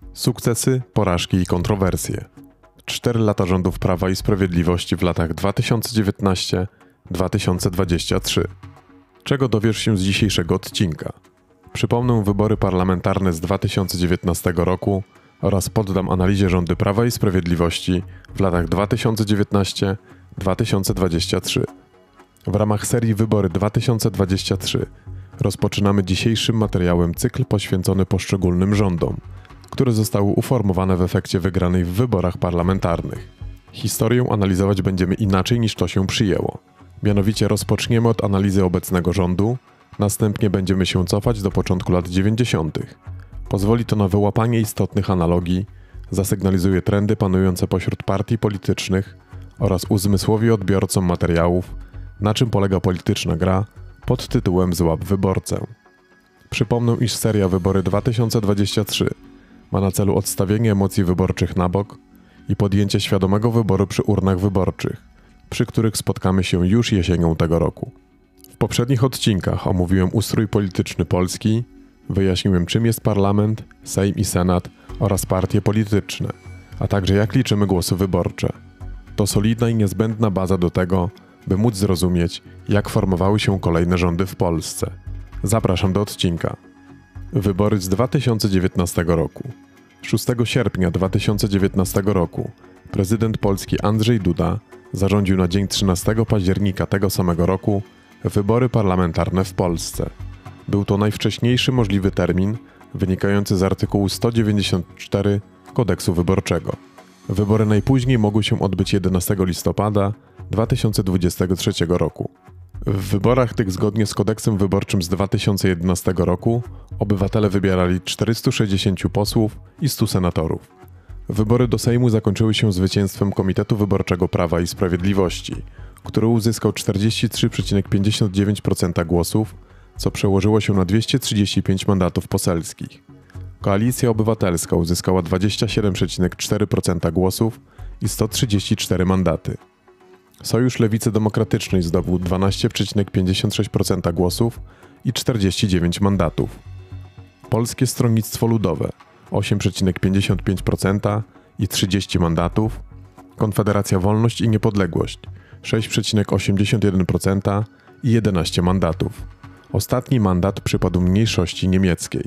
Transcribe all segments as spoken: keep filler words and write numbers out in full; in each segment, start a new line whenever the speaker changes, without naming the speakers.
Sukcesy, porażki i kontrowersje. Cztery lata rządów Prawa i Sprawiedliwości w latach dwa tysiące dziewiętnasty do dwa tysiące dwudziestego trzeciego. Czego dowiesz się z dzisiejszego odcinka? Przypomnę wybory parlamentarne z dwa tysiące dziewiętnastego roku oraz poddam analizie rządy Prawa i Sprawiedliwości w latach dwa tysiące dziewiętnasty do dwa tysiące dwudziestego trzeciego. W ramach serii Wybory dwa tysiące dwudziesty trzeci rozpoczynamy dzisiejszym materiałem cykl poświęcony poszczególnym rządom, które zostały uformowane w efekcie wygranej w wyborach parlamentarnych. Historię analizować będziemy inaczej niż to się przyjęło. Mianowicie rozpoczniemy od analizy obecnego rządu, następnie będziemy się cofać do początku lat dziewięćdziesiątych. Pozwoli to na wyłapanie istotnych analogii, zasygnalizuje trendy panujące pośród partii politycznych oraz uzmysłowi odbiorcom materiałów, na czym polega polityczna gra pod tytułem Złap wyborcę. Przypomnę, iż seria Wybory dwa tysiące dwudziesty trzeci ma na celu odstawienie emocji wyborczych na bok i podjęcie świadomego wyboru przy urnach wyborczych, przy których spotkamy się już jesienią tego roku. W poprzednich odcinkach omówiłem ustrój polityczny Polski, wyjaśniłem, czym jest parlament, Sejm i Senat oraz partie polityczne, a także jak liczymy głosy wyborcze. To solidna i niezbędna baza do tego, by móc zrozumieć, jak formowały się kolejne rządy w Polsce. Zapraszam do odcinka. Wybory z dwa tysiące dziewiętnastego roku. szóstego sierpnia dwa tysiące dziewiętnastego roku prezydent Polski Andrzej Duda zarządził na dzień trzynastego października tego samego roku wybory parlamentarne w Polsce. Był to najwcześniejszy możliwy termin, wynikający z artykułu sto dziewięćdziesiąt cztery Kodeksu Wyborczego. Wybory najpóźniej mogły się odbyć jedenastego listopada dwa tysiące dwudziestego trzeciego roku. W wyborach tych zgodnie z kodeksem wyborczym z dwa tysiące jedenastego roku obywatele wybierali czterystu sześćdziesięciu posłów i stu senatorów. Wybory do Sejmu zakończyły się zwycięstwem Komitetu Wyborczego Prawa i Sprawiedliwości, który uzyskał czterdzieści trzy przecinek pięćdziesiąt dziewięć procent głosów, co przełożyło się na dwieście trzydzieści pięć mandatów poselskich. Koalicja Obywatelska uzyskała dwadzieścia siedem przecinek cztery procent głosów i sto trzydzieści cztery mandaty. Sojusz Lewicy Demokratycznej zdobył dwanaście przecinek pięćdziesiąt sześć procent głosów i czterdzieści dziewięć mandatów. Polskie Stronnictwo Ludowe osiem przecinek pięćdziesiąt pięć procent i trzydzieści mandatów. Konfederacja Wolność i Niepodległość sześć przecinek osiemdziesiąt jeden procent i jedenaście mandatów. Ostatni mandat przypadł mniejszości niemieckiej.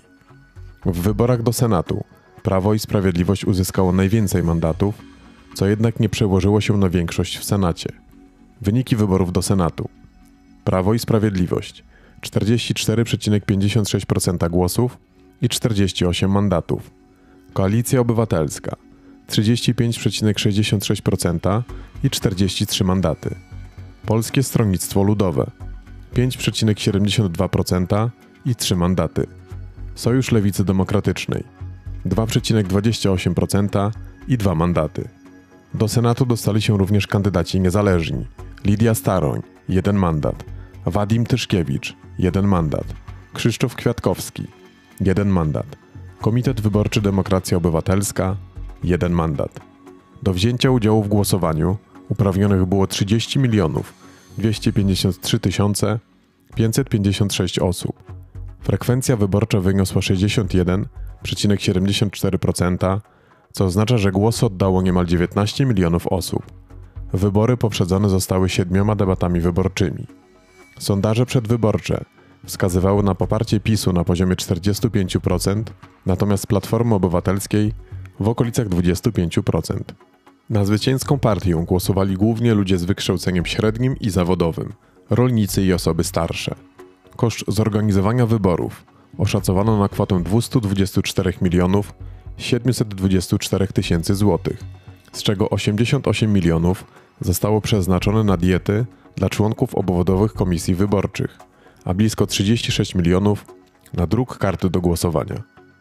W wyborach do Senatu Prawo i Sprawiedliwość uzyskało najwięcej mandatów, co jednak nie przełożyło się na większość w Senacie. Wyniki wyborów do Senatu. Prawo i Sprawiedliwość czterdzieści cztery przecinek pięćdziesiąt sześć procent głosów i czterdzieści osiem mandatów. Koalicja Obywatelska trzydzieści pięć przecinek sześćdziesiąt sześć procent i czterdzieści trzy mandaty. Polskie Stronnictwo Ludowe pięć przecinek siedemdziesiąt dwa procent i trzy mandaty. Sojusz Lewicy Demokratycznej dwa przecinek dwadzieścia osiem procent i dwa mandaty. Do Senatu dostali się również kandydaci niezależni: Lidia Staroń jeden mandat, Wadim Tyszkiewicz jeden mandat, Krzysztof Kwiatkowski jeden mandat, Komitet Wyborczy Demokracja Obywatelska jeden mandat. Do wzięcia udziału w głosowaniu uprawnionych było trzydzieści milionów dwieście pięćdziesiąt trzy tysiące pięćset pięćdziesiąt sześć osób. Frekwencja wyborcza wyniosła sześćdziesiąt jeden przecinek siedemdziesiąt cztery procent, co oznacza, że głos oddało niemal dziewiętnaście milionów osób. Wybory poprzedzone zostały siedmioma debatami wyborczymi. Sondaże przedwyborcze wskazywały na poparcie PiSu na poziomie czterdzieści pięć procent, natomiast Platformy Obywatelskiej w okolicach dwadzieścia pięć procent. Na zwycięską partię głosowali głównie ludzie z wykształceniem średnim i zawodowym, rolnicy i osoby starsze. Koszt zorganizowania wyborów oszacowano na kwotę dwieście dwadzieścia cztery milionów siedemset dwadzieścia cztery tysięcy złotych, z czego osiemdziesiąt osiem milionów zostało przeznaczone na diety dla członków obwodowych komisji wyborczych, a blisko trzydzieści sześć milionów na druk karty do głosowania.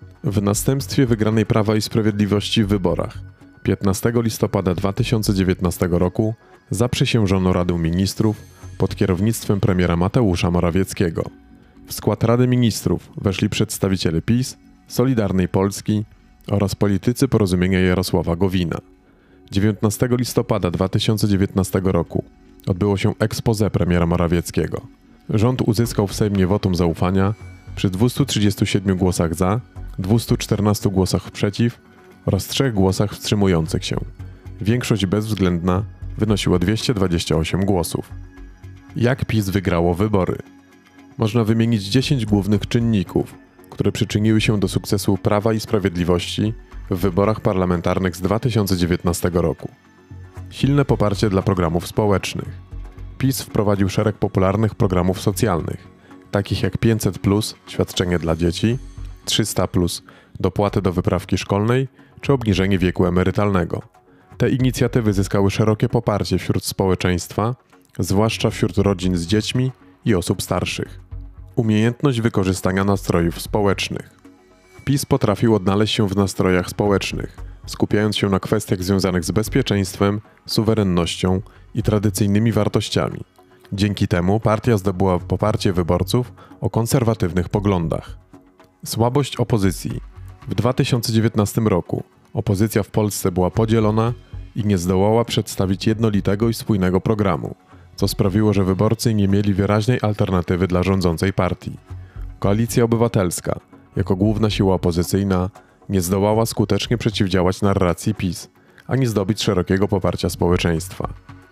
W następstwie wygranej Prawa i Sprawiedliwości w wyborach piętnastego listopada dwa tysiące dziewiętnastego roku zaprzysiężono Radę Ministrów pod kierownictwem premiera Mateusza Morawieckiego. W skład Rady Ministrów weszli przedstawiciele PiS, Solidarnej Polski oraz politycy Porozumienia Jarosława Gowina. dziewiętnastego listopada dwa tysiące dziewiętnastego roku odbyło się expose premiera Morawieckiego. Rząd uzyskał w Sejmie wotum zaufania przy dwustu trzydziestu siedmiu głosach za, dwustu czternastu głosach przeciw oraz trzech głosach wstrzymujących się. Większość bezwzględna wynosiła dwieście dwadzieścia osiem głosów. Jak PiS wygrało wybory? Można wymienić dziesięć głównych czynników, które przyczyniły się do sukcesu Prawa i Sprawiedliwości w wyborach parlamentarnych z dwa tysiące dziewiętnastego roku. Silne poparcie dla programów społecznych. PiS wprowadził szereg popularnych programów socjalnych, takich jak pięćset plus, świadczenie dla dzieci, trzysta plus, dopłaty do wyprawki szkolnej czy obniżenie wieku emerytalnego. Te inicjatywy zyskały szerokie poparcie wśród społeczeństwa, zwłaszcza wśród rodzin z dziećmi i osób starszych. Umiejętność wykorzystania nastrojów społecznych. PiS potrafił odnaleźć się w nastrojach społecznych, skupiając się na kwestiach związanych z bezpieczeństwem, suwerennością i tradycyjnymi wartościami. Dzięki temu partia zdobyła poparcie wyborców o konserwatywnych poglądach. Słabość opozycji. W dwa tysiące dziewiętnastym roku opozycja w Polsce była podzielona i nie zdołała przedstawić jednolitego i spójnego programu, co sprawiło, że wyborcy nie mieli wyraźnej alternatywy dla rządzącej partii. Koalicja Obywatelska, jako główna siła opozycyjna, nie zdołała skutecznie przeciwdziałać narracji PiS, ani zdobyć szerokiego poparcia społeczeństwa.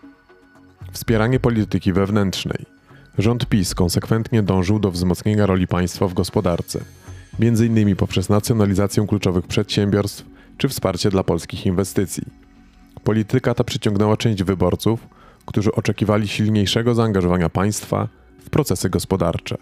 Wspieranie polityki wewnętrznej. Rząd PiS konsekwentnie dążył do wzmocnienia roli państwa w gospodarce, między innymi poprzez nacjonalizację kluczowych przedsiębiorstw czy wsparcie dla polskich inwestycji. Polityka ta przyciągnęła część wyborców, którzy oczekiwali silniejszego zaangażowania państwa w procesy gospodarcze.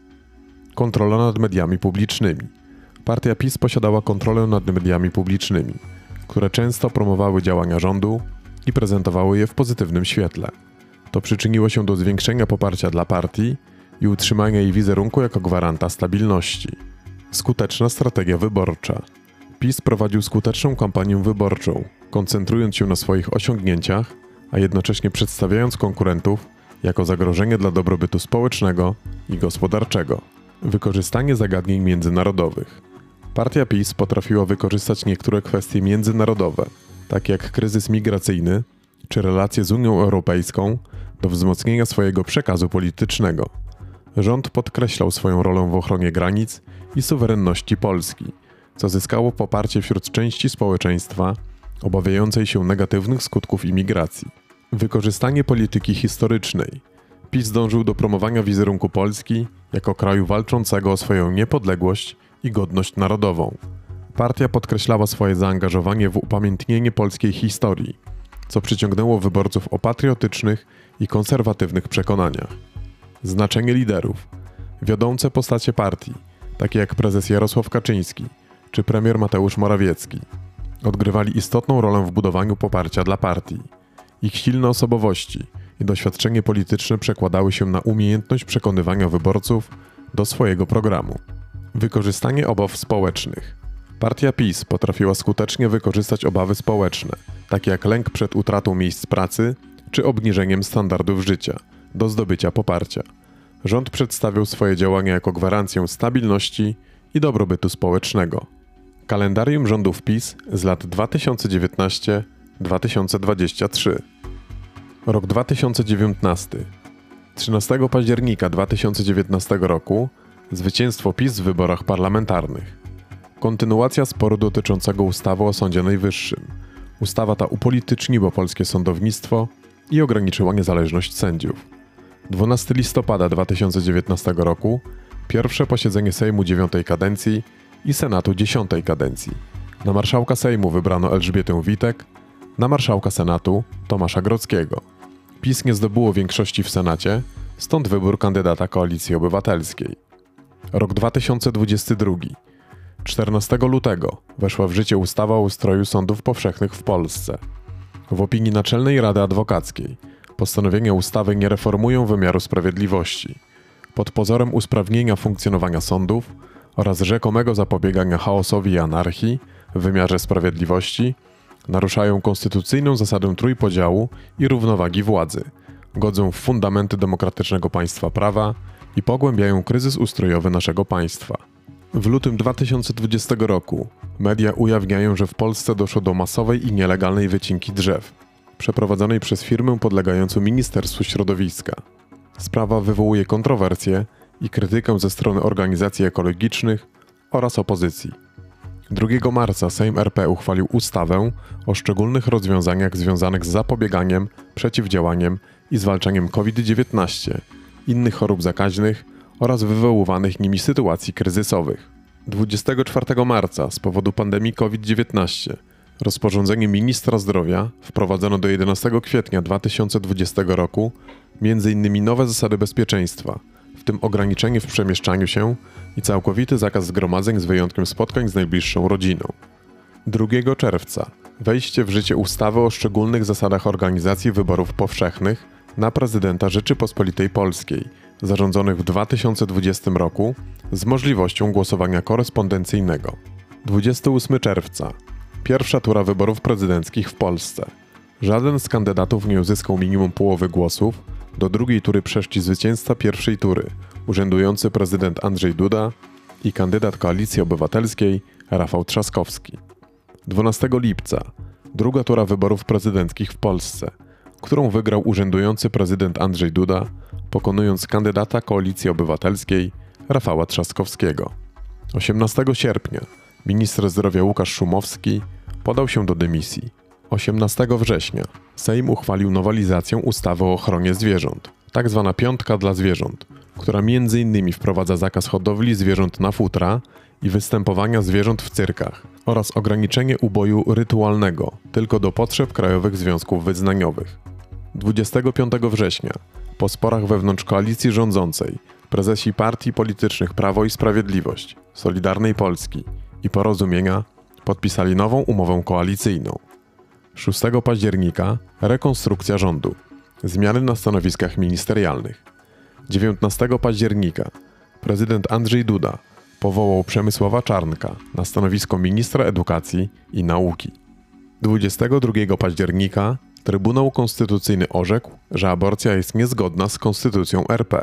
Kontrola nad mediami publicznymi. Partia PiS posiadała kontrolę nad mediami publicznymi, które często promowały działania rządu i prezentowały je w pozytywnym świetle. To przyczyniło się do zwiększenia poparcia dla partii i utrzymania jej wizerunku jako gwaranta stabilności. Skuteczna strategia wyborcza. PiS prowadził skuteczną kampanię wyborczą, koncentrując się na swoich osiągnięciach, a jednocześnie przedstawiając konkurentów jako zagrożenie dla dobrobytu społecznego i gospodarczego. Wykorzystanie zagadnień międzynarodowych. Partia PiS potrafiła wykorzystać niektóre kwestie międzynarodowe, takie jak kryzys migracyjny czy relacje z Unią Europejską, do wzmocnienia swojego przekazu politycznego. Rząd podkreślał swoją rolę w ochronie granic i suwerenności Polski, co zyskało poparcie wśród części społeczeństwa obawiającej się negatywnych skutków imigracji. Wykorzystanie polityki historycznej. PiS dążył do promowania wizerunku Polski jako kraju walczącego o swoją niepodległość i godność narodową. Partia podkreślała swoje zaangażowanie w upamiętnienie polskiej historii, co przyciągnęło wyborców o patriotycznych i konserwatywnych przekonaniach. Znaczenie liderów. Wiodące postacie partii, takie jak prezes Jarosław Kaczyński czy premier Mateusz Morawiecki, odgrywali istotną rolę w budowaniu poparcia dla partii. Ich silne osobowości i doświadczenie polityczne przekładały się na umiejętność przekonywania wyborców do swojego programu. Wykorzystanie obaw społecznych. Partia PiS potrafiła skutecznie wykorzystać obawy społeczne, takie jak lęk przed utratą miejsc pracy czy obniżeniem standardów życia, do zdobycia poparcia. Rząd przedstawił swoje działania jako gwarancję stabilności i dobrobytu społecznego. Kalendarium rządów PiS z lat dwa tysiące dziewiętnasty do dwa tysiące dwudziestego trzeciego. Rok dwa tysiące dziewiętnasty. trzynastego października dwa tysiące dziewiętnastego roku zwycięstwo PiS w wyborach parlamentarnych. Kontynuacja sporu dotyczącego ustawy o Sądzie Najwyższym. Ustawa ta upolityczniła polskie sądownictwo i ograniczyła niezależność sędziów. dwunastego listopada dwa tysiące dziewiętnastego roku pierwsze posiedzenie Sejmu dziewiątej kadencji i Senatu dziesiątej kadencji. Na marszałka Sejmu wybrano Elżbietę Witek, na marszałka Senatu Tomasza Grodzkiego. PiS nie zdobyło większości w Senacie, stąd wybór kandydata Koalicji Obywatelskiej. Rok dwa tysiące dwudziesty drugi. czternastego lutego weszła w życie ustawa o ustroju sądów powszechnych w Polsce. W opinii Naczelnej Rady Adwokackiej postanowienia ustawy nie reformują wymiaru sprawiedliwości. Pod pozorem usprawnienia funkcjonowania sądów oraz rzekomego zapobiegania chaosowi i anarchii w wymiarze sprawiedliwości naruszają konstytucyjną zasadę trójpodziału i równowagi władzy, godzą w fundamenty demokratycznego państwa prawa i pogłębiają kryzys ustrojowy naszego państwa. W lutym dwa tysiące dwudziestego roku media ujawniają, że w Polsce doszło do masowej i nielegalnej wycinki drzew, przeprowadzonej przez firmę podlegającą Ministerstwu Środowiska. Sprawa wywołuje kontrowersje i krytykę ze strony organizacji ekologicznych oraz opozycji. drugiego marca Sejm R P uchwalił ustawę o szczególnych rozwiązaniach związanych z zapobieganiem, przeciwdziałaniem i zwalczaniem COVID dziewiętnaście, innych chorób zakaźnych oraz wywoływanych nimi sytuacji kryzysowych. dwudziestego czwartego marca z powodu pandemii COVID dziewiętnaście rozporządzeniem ministra zdrowia wprowadzono do jedenastego kwietnia dwa tysiące dwudziestego roku między innymi nowe zasady bezpieczeństwa, w tym ograniczenie w przemieszczaniu się i całkowity zakaz zgromadzeń z wyjątkiem spotkań z najbliższą rodziną. drugiego czerwca wejście w życie ustawy o szczególnych zasadach organizacji wyborów powszechnych na prezydenta Rzeczypospolitej Polskiej, zarządzonych w dwa tysiące dwudziestym roku z możliwością głosowania korespondencyjnego. dwudziestego ósmego czerwca pierwsza tura wyborów prezydenckich w Polsce. Żaden z kandydatów nie uzyskał minimum połowy głosów. Do drugiej tury przeszli zwycięzca pierwszej tury, urzędujący prezydent Andrzej Duda i kandydat Koalicji Obywatelskiej Rafał Trzaskowski. dwunastego lipca druga tura wyborów prezydenckich w Polsce, którą wygrał urzędujący prezydent Andrzej Duda, pokonując kandydata Koalicji Obywatelskiej Rafała Trzaskowskiego. osiemnastego sierpnia minister zdrowia Łukasz Szumowski podał się do dymisji. osiemnastego września Sejm uchwalił nowelizację ustawy o ochronie zwierząt, tak zwana piątka dla zwierząt, która między innymi wprowadza zakaz hodowli zwierząt na futra i występowania zwierząt w cyrkach oraz ograniczenie uboju rytualnego tylko do potrzeb krajowych związków wyznaniowych. dwudziestego piątego września po sporach wewnątrz koalicji rządzącej prezesi partii politycznych Prawo i Sprawiedliwość, Solidarnej Polski i Porozumienia podpisali nową umowę koalicyjną. szóstego października rekonstrukcja rządu, zmiany na stanowiskach ministerialnych. dziewiętnastego października prezydent Andrzej Duda powołał Przemysława Czarnka na stanowisko ministra edukacji i nauki. dwudziestego drugiego października Trybunał Konstytucyjny orzekł, że aborcja jest niezgodna z Konstytucją R P.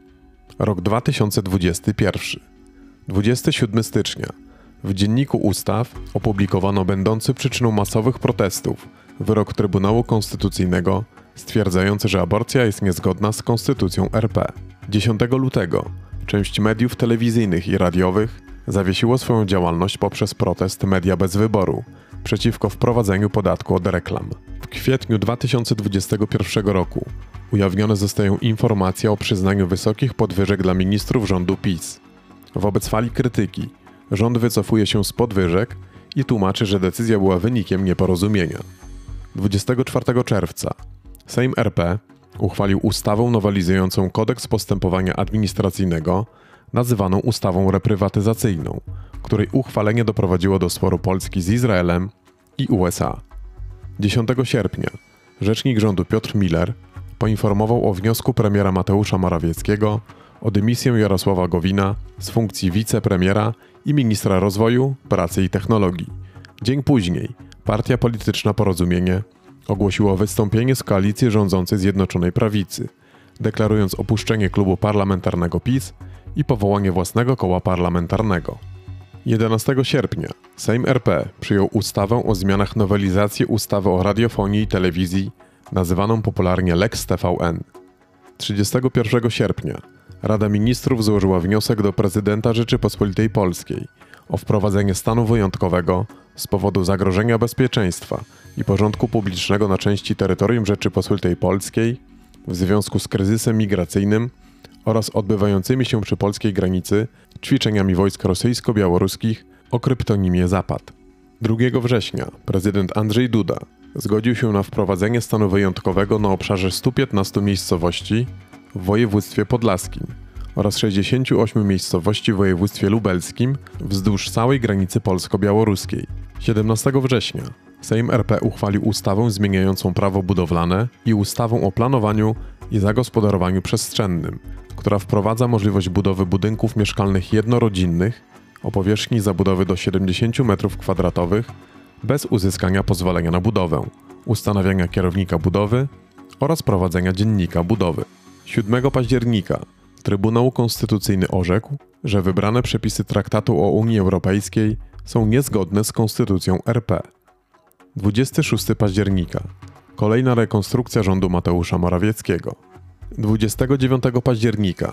Rok dwa tysiące dwudziesty pierwszy. dwudziestego siódmego stycznia w Dzienniku Ustaw opublikowano będący przyczyną masowych protestów wyrok Trybunału Konstytucyjnego stwierdzający, że aborcja jest niezgodna z Konstytucją R P. dziesiątego lutego część mediów telewizyjnych i radiowych zawiesiło swoją działalność poprzez protest Media bez wyboru przeciwko wprowadzeniu podatku od reklam. W kwietniu dwa tysiące dwudziestego pierwszego roku ujawnione zostają informacje o przyznaniu wysokich podwyżek dla ministrów rządu PiS. Wobec fali krytyki rząd wycofuje się z podwyżek i tłumaczy, że decyzja była wynikiem nieporozumienia. dwudziestego czwartego czerwca Sejm R P uchwalił ustawę nowelizującą Kodeks Postępowania Administracyjnego, nazywaną ustawą reprywatyzacyjną, której uchwalenie doprowadziło do sporu Polski z Izraelem i U S A. dziesiątego sierpnia rzecznik rządu Piotr Miller poinformował o wniosku premiera Mateusza Morawieckiego o dymisję Jarosława Gowina z funkcji wicepremiera i ministra rozwoju, pracy i technologii. Dzień później partia polityczna Porozumienie ogłosiła wystąpienie z koalicji rządzącej Zjednoczonej Prawicy, deklarując opuszczenie klubu parlamentarnego PiS i powołanie własnego koła parlamentarnego. jedenastego sierpnia Sejm R P przyjął ustawę o zmianach nowelizacji ustawy o radiofonii i telewizji, nazywaną popularnie Lex T V N. trzydziestego pierwszego sierpnia Rada Ministrów złożyła wniosek do prezydenta Rzeczypospolitej Polskiej o wprowadzenie stanu wyjątkowego z powodu zagrożenia bezpieczeństwa i porządku publicznego na części terytorium Rzeczypospolitej Polskiej w związku z kryzysem migracyjnym oraz odbywającymi się przy polskiej granicy ćwiczeniami wojsk rosyjsko-białoruskich o kryptonimie Zapad. drugiego września prezydent Andrzej Duda zgodził się na wprowadzenie stanu wyjątkowego na obszarze stu piętnastu miejscowości w województwie podlaskim oraz sześćdziesięciu ośmiu miejscowości w województwie lubelskim wzdłuż całej granicy polsko-białoruskiej. siedemnastego września Sejm R P uchwalił ustawę zmieniającą prawo budowlane i ustawę o planowaniu i zagospodarowaniu przestrzennym, która wprowadza możliwość budowy budynków mieszkalnych jednorodzinnych o powierzchni zabudowy do siedemdziesięciu metrów kwadratowych bez uzyskania pozwolenia na budowę, ustanawiania kierownika budowy oraz prowadzenia dziennika budowy. siódmego października Trybunał Konstytucyjny orzekł, że wybrane przepisy Traktatu o Unii Europejskiej są niezgodne z Konstytucją R P. dwudziestego szóstego października kolejna rekonstrukcja rządu Mateusza Morawieckiego. dwudziestego dziewiątego października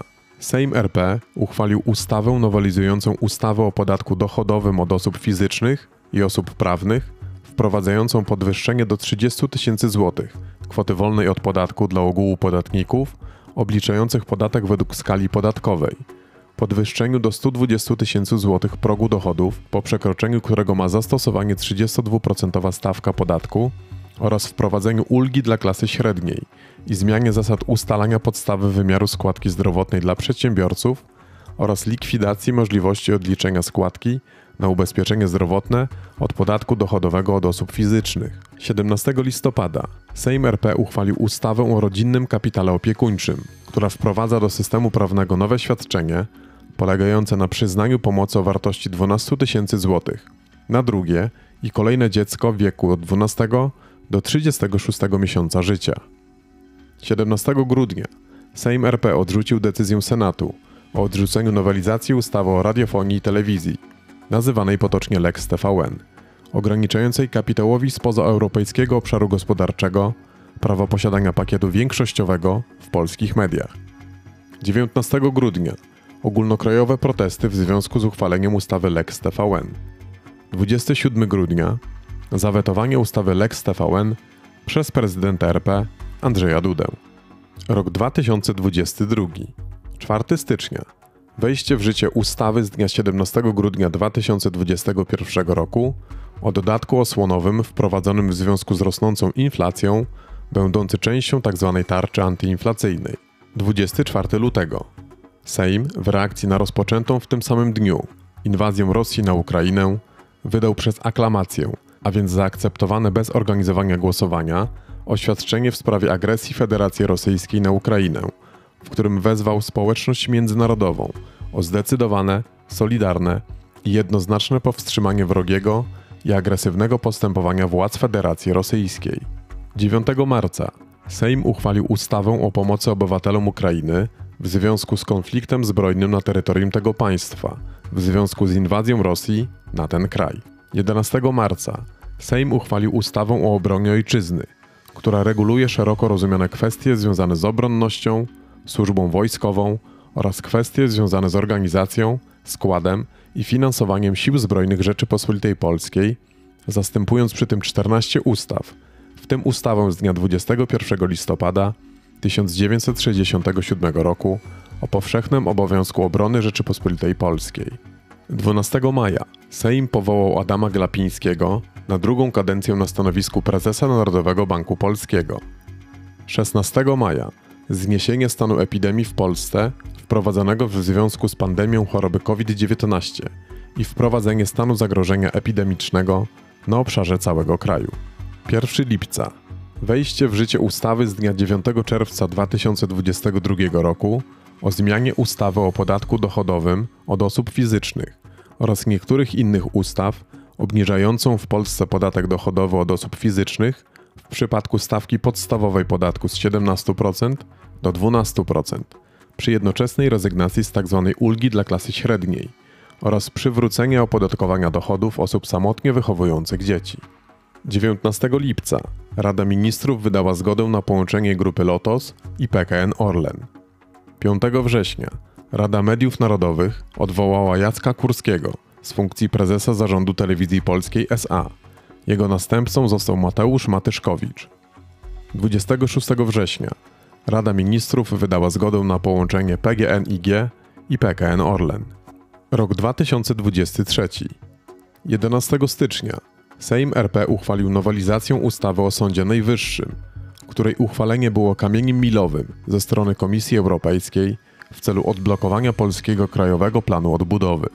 Sejm R P uchwalił ustawę nowelizującą ustawę o podatku dochodowym od osób fizycznych i osób prawnych, wprowadzającą podwyższenie do trzydziestu tysięcy złotych kwoty wolnej od podatku dla ogółu podatników obliczających podatek według skali podatkowej, podwyższeniu do stu dwudziestu tysięcy złotych progu dochodów, po przekroczeniu którego ma zastosowanie trzydziestodwuprocentowa stawka podatku, oraz wprowadzeniu ulgi dla klasy średniej i zmianie zasad ustalania podstawy wymiaru składki zdrowotnej dla przedsiębiorców oraz likwidacji możliwości odliczenia składki na ubezpieczenie zdrowotne od podatku dochodowego od osób fizycznych. siedemnastego listopada Sejm R P uchwalił ustawę o rodzinnym kapitale opiekuńczym, która wprowadza do systemu prawnego nowe świadczenie polegające na przyznaniu pomocy o wartości dwunastu tysięcy złotych na drugie i kolejne dziecko w wieku od dwunastego do trzydziestego szóstego miesiąca życia. siedemnastego grudnia Sejm R P odrzucił decyzję Senatu o odrzuceniu nowelizacji ustawy o radiofonii i telewizji, nazywanej potocznie Lex T V N, ograniczającej kapitałowi spoza Europejskiego Obszaru Gospodarczego prawo posiadania pakietu większościowego w polskich mediach. dziewiętnastego grudnia ogólnokrajowe protesty w związku z uchwaleniem ustawy Lex T V N. dwudziestego siódmego grudnia zawetowanie ustawy Lex T V N przez prezydenta R P Andrzeja Dudę. Rok dwa tysiące dwudziesty drugi. czwartego stycznia. Wejście w życie ustawy z dnia siedemnastego grudnia dwa tysiące dwudziestego pierwszego roku o dodatku osłonowym wprowadzonym w związku z rosnącą inflacją, będący częścią tzw. tarczy antyinflacyjnej. dwudziestego czwartego lutego. Sejm, w reakcji na rozpoczętą w tym samym dniu inwazję Rosji na Ukrainę, wydał przez aklamację, a więc zaakceptowane bez organizowania głosowania, oświadczenie w sprawie agresji Federacji Rosyjskiej na Ukrainę, w którym wezwał społeczność międzynarodową o zdecydowane, solidarne i jednoznaczne powstrzymanie wrogiego i agresywnego postępowania władz Federacji Rosyjskiej. dziewiątego marca Sejm uchwalił ustawę o pomocy obywatelom Ukrainy w związku z konfliktem zbrojnym na terytorium tego państwa, w związku z inwazją Rosji na ten kraj. jedenastego marca Sejm uchwalił ustawę o obronie ojczyzny, która reguluje szeroko rozumiane kwestie związane z obronnością, służbą wojskową oraz kwestie związane z organizacją, składem i finansowaniem Sił Zbrojnych Rzeczypospolitej Polskiej, zastępując przy tym czternaście ustaw, w tym ustawę z dnia dwudziestego pierwszego listopada tysiąc dziewięćset sześćdziesiątego siódmego roku o powszechnym obowiązku obrony Rzeczypospolitej Polskiej. dwunastego maja Sejm powołał Adama Glapińskiego na drugą kadencję na stanowisku prezesa Narodowego Banku Polskiego. szesnastego maja zniesienie stanu epidemii w Polsce wprowadzonego w związku z pandemią choroby COVID dziewiętnaście i wprowadzenie stanu zagrożenia epidemicznego na obszarze całego kraju. pierwszego lipca wejście w życie ustawy z dnia dziewiątego czerwca dwa tysiące dwudziestego drugiego roku o zmianie ustawy o podatku dochodowym od osób fizycznych oraz niektórych innych ustaw obniżającą w Polsce podatek dochodowy od osób fizycznych w przypadku stawki podstawowej podatku z siedemnastu procent do dwunastu procent przy jednoczesnej rezygnacji z tzw. ulgi dla klasy średniej oraz przywrócenia opodatkowania dochodów osób samotnie wychowujących dzieci. dziewiętnastego lipca Rada Ministrów wydała zgodę na połączenie Grupy Lotos i P K N Orlen. piątego września Rada Mediów Narodowych odwołała Jacka Kurskiego z funkcji prezesa Zarządu Telewizji Polskiej S A. Jego następcą został Mateusz Matyszkowicz. dwudziestego szóstego września Rada Ministrów wydała zgodę na połączenie P G N I G i P K N Orlen. Rok dwa tysiące dwudziesty trzeci. jedenastego stycznia Sejm R P uchwalił nowelizację ustawy o Sądzie Najwyższym, której uchwalenie było kamieniem milowym ze strony Komisji Europejskiej w celu odblokowania polskiego Krajowego Planu Odbudowy.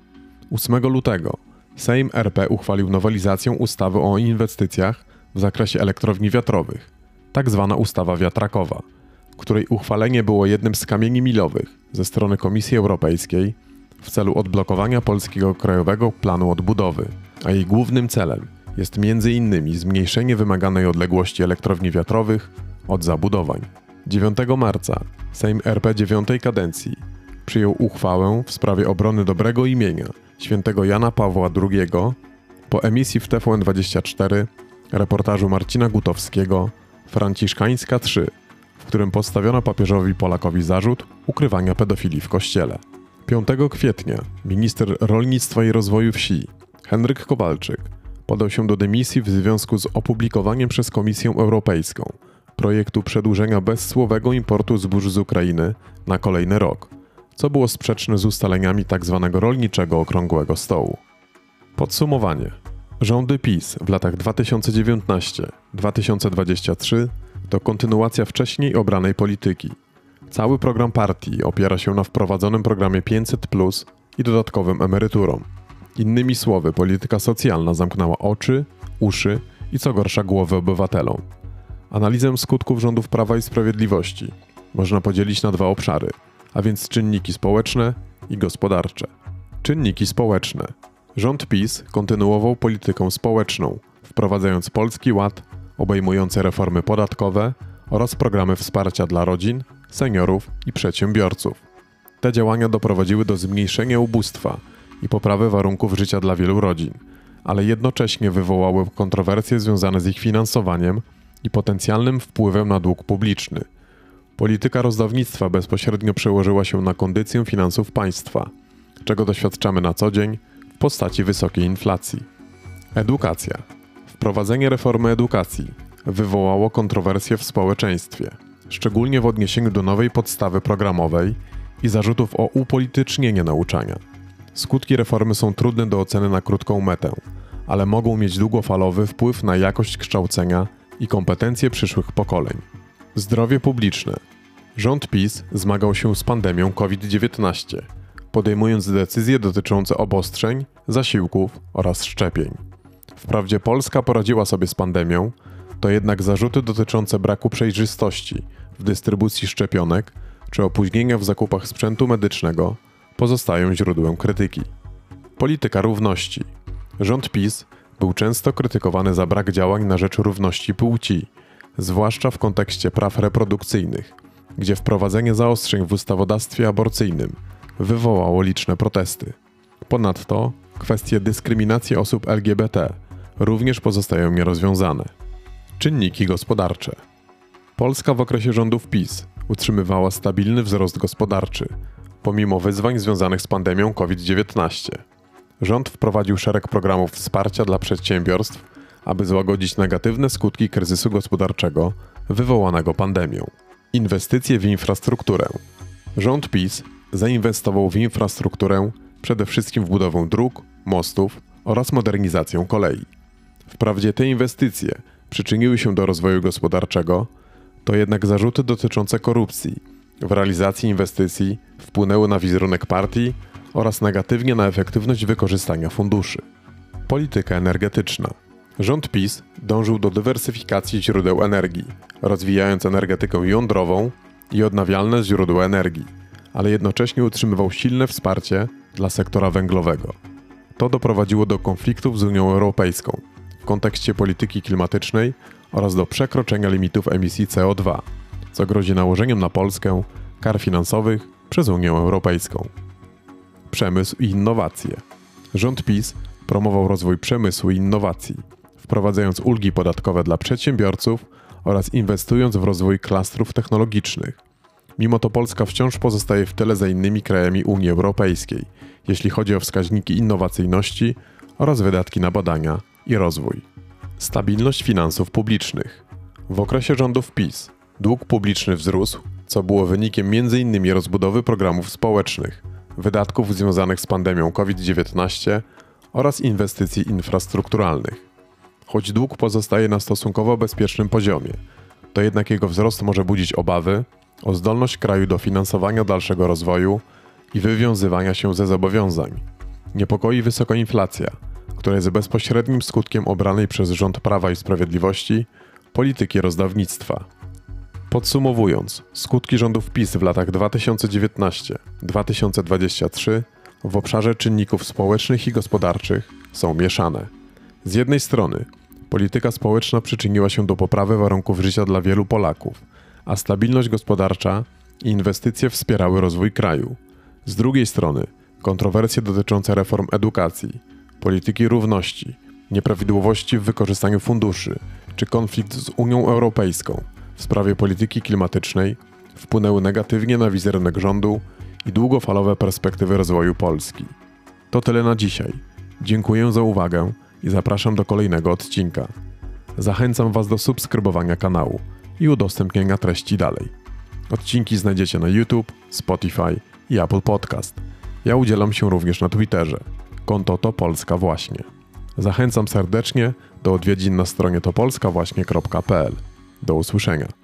ósmego lutego Sejm R P uchwalił nowelizację ustawy o inwestycjach w zakresie elektrowni wiatrowych, tak zwana ustawa wiatrakowa, której uchwalenie było jednym z kamieni milowych ze strony Komisji Europejskiej w celu odblokowania polskiego Krajowego Planu Odbudowy, a jej głównym celem jest między innymi zmniejszenie wymaganej odległości elektrowni wiatrowych od zabudowań. dziewiątego marca Sejm R P dziewiątej kadencji przyjął uchwałę w sprawie obrony dobrego imienia świętego Jana Pawła drugiego po emisji w T V N dwadzieścia cztery reportażu Marcina Gutowskiego Franciszkańska trzy, w którym postawiono papieżowi Polakowi zarzut ukrywania pedofilii w kościele. piątego kwietnia minister rolnictwa i rozwoju wsi Henryk Kowalczyk podał się do dymisji w związku z opublikowaniem przez Komisję Europejską projektu przedłużenia bezzsłowego importu zbóż z Ukrainy na kolejny rok, co było sprzeczne z ustaleniami tzw. rolniczego okrągłego stołu. Podsumowanie. Rządy PiS w latach dwa tysiące dziewiętnasty do dwa tysiące dwudziestego trzeciego to kontynuacja wcześniej obranej polityki. Cały program partii opiera się na wprowadzonym programie pięćset plus i dodatkowym emeryturom. Innymi słowy, polityka socjalna zamknęła oczy, uszy i co gorsza głowy obywatelom. Analizę skutków rządów Prawa i Sprawiedliwości można podzielić na dwa obszary, a więc czynniki społeczne i gospodarcze. Czynniki społeczne. Rząd PiS kontynuował politykę społeczną, wprowadzając Polski Ład, obejmujący reformy podatkowe oraz programy wsparcia dla rodzin, seniorów i przedsiębiorców. Te działania doprowadziły do zmniejszenia ubóstwa i poprawy warunków życia dla wielu rodzin, ale jednocześnie wywołały kontrowersje związane z ich finansowaniem i potencjalnym wpływem na dług publiczny. Polityka rozdawnictwa bezpośrednio przełożyła się na kondycję finansów państwa, czego doświadczamy na co dzień w postaci wysokiej inflacji. Edukacja. Wprowadzenie reformy edukacji wywołało kontrowersje w społeczeństwie, szczególnie w odniesieniu do nowej podstawy programowej i zarzutów o upolitycznienie nauczania. Skutki reformy są trudne do oceny na krótką metę, ale mogą mieć długofalowy wpływ na jakość kształcenia i kompetencje przyszłych pokoleń. Zdrowie publiczne. Rząd PiS zmagał się z pandemią COVID dziewiętnaście, podejmując decyzje dotyczące obostrzeń, zasiłków oraz szczepień. Wprawdzie Polska poradziła sobie z pandemią, to jednak zarzuty dotyczące braku przejrzystości w dystrybucji szczepionek czy opóźnienia w zakupach sprzętu medycznego pozostają źródłem krytyki. Polityka równości. Rząd PiS był często krytykowany za brak działań na rzecz równości płci, zwłaszcza w kontekście praw reprodukcyjnych, gdzie wprowadzenie zaostrzeń w ustawodawstwie aborcyjnym wywołało liczne protesty. Ponadto kwestie dyskryminacji osób L G B T również pozostają nierozwiązane. Czynniki gospodarcze. Polska w okresie rządów PiS utrzymywała stabilny wzrost gospodarczy, pomimo wyzwań związanych z pandemią COVID dziewiętnaście. Rząd wprowadził szereg programów wsparcia dla przedsiębiorstw, aby złagodzić negatywne skutki kryzysu gospodarczego wywołanego pandemią. Inwestycje w infrastrukturę. Rząd PiS zainwestował w infrastrukturę przede wszystkim w budowę dróg, mostów oraz modernizację kolei. Wprawdzie te inwestycje przyczyniły się do rozwoju gospodarczego, to jednak zarzuty dotyczące korupcji w realizacji inwestycji wpłynęły na wizerunek partii oraz negatywnie na efektywność wykorzystania funduszy. Polityka energetyczna. Rząd PiS dążył do dywersyfikacji źródeł energii, rozwijając energetykę jądrową i odnawialne źródła energii, ale jednocześnie utrzymywał silne wsparcie dla sektora węglowego. To doprowadziło do konfliktów z Unią Europejską w kontekście polityki klimatycznej oraz do przekroczenia limitów emisji C O dwa, co grozi nałożeniem na Polskę kar finansowych przez Unię Europejską. Przemysł i innowacje. Rząd PiS promował rozwój przemysłu i innowacji, wprowadzając ulgi podatkowe dla przedsiębiorców oraz inwestując w rozwój klastrów technologicznych. Mimo to Polska wciąż pozostaje w tyle za innymi krajami Unii Europejskiej, jeśli chodzi o wskaźniki innowacyjności oraz wydatki na badania i rozwój. Stabilność finansów publicznych. W okresie rządów PiS dług publiczny wzrósł, co było wynikiem między innymi rozbudowy programów społecznych, wydatków związanych z pandemią COVID dziewiętnaście oraz inwestycji infrastrukturalnych. Choć dług pozostaje na stosunkowo bezpiecznym poziomie, to jednak jego wzrost może budzić obawy o zdolność kraju do finansowania dalszego rozwoju i wywiązywania się ze zobowiązań. Niepokoi wysoka inflacja, która jest bezpośrednim skutkiem obranej przez rząd Prawa i Sprawiedliwości polityki rozdawnictwa. Podsumowując, skutki rządów PiS w latach dwa tysiące dziewiętnasty do dwa tysiące dwudziestego trzeciego w obszarze czynników społecznych i gospodarczych są mieszane. Z jednej strony polityka społeczna przyczyniła się do poprawy warunków życia dla wielu Polaków, a stabilność gospodarcza i inwestycje wspierały rozwój kraju. Z drugiej strony kontrowersje dotyczące reform edukacji, polityki równości, nieprawidłowości w wykorzystaniu funduszy czy konflikt z Unią Europejską w sprawie polityki klimatycznej wpłynęły negatywnie na wizerunek rządu i długofalowe perspektywy rozwoju Polski. To tyle na dzisiaj. Dziękuję za uwagę i zapraszam do kolejnego odcinka. Zachęcam Was do subskrybowania kanału i udostępnienia treści dalej. Odcinki znajdziecie na YouTube, Spotify i Apple Podcast. Ja udzielam się również na Twitterze. Konto to Polska Właśnie. Zachęcam serdecznie do odwiedzin na stronie to polska właśnie kropka p l. Do usłyszenia.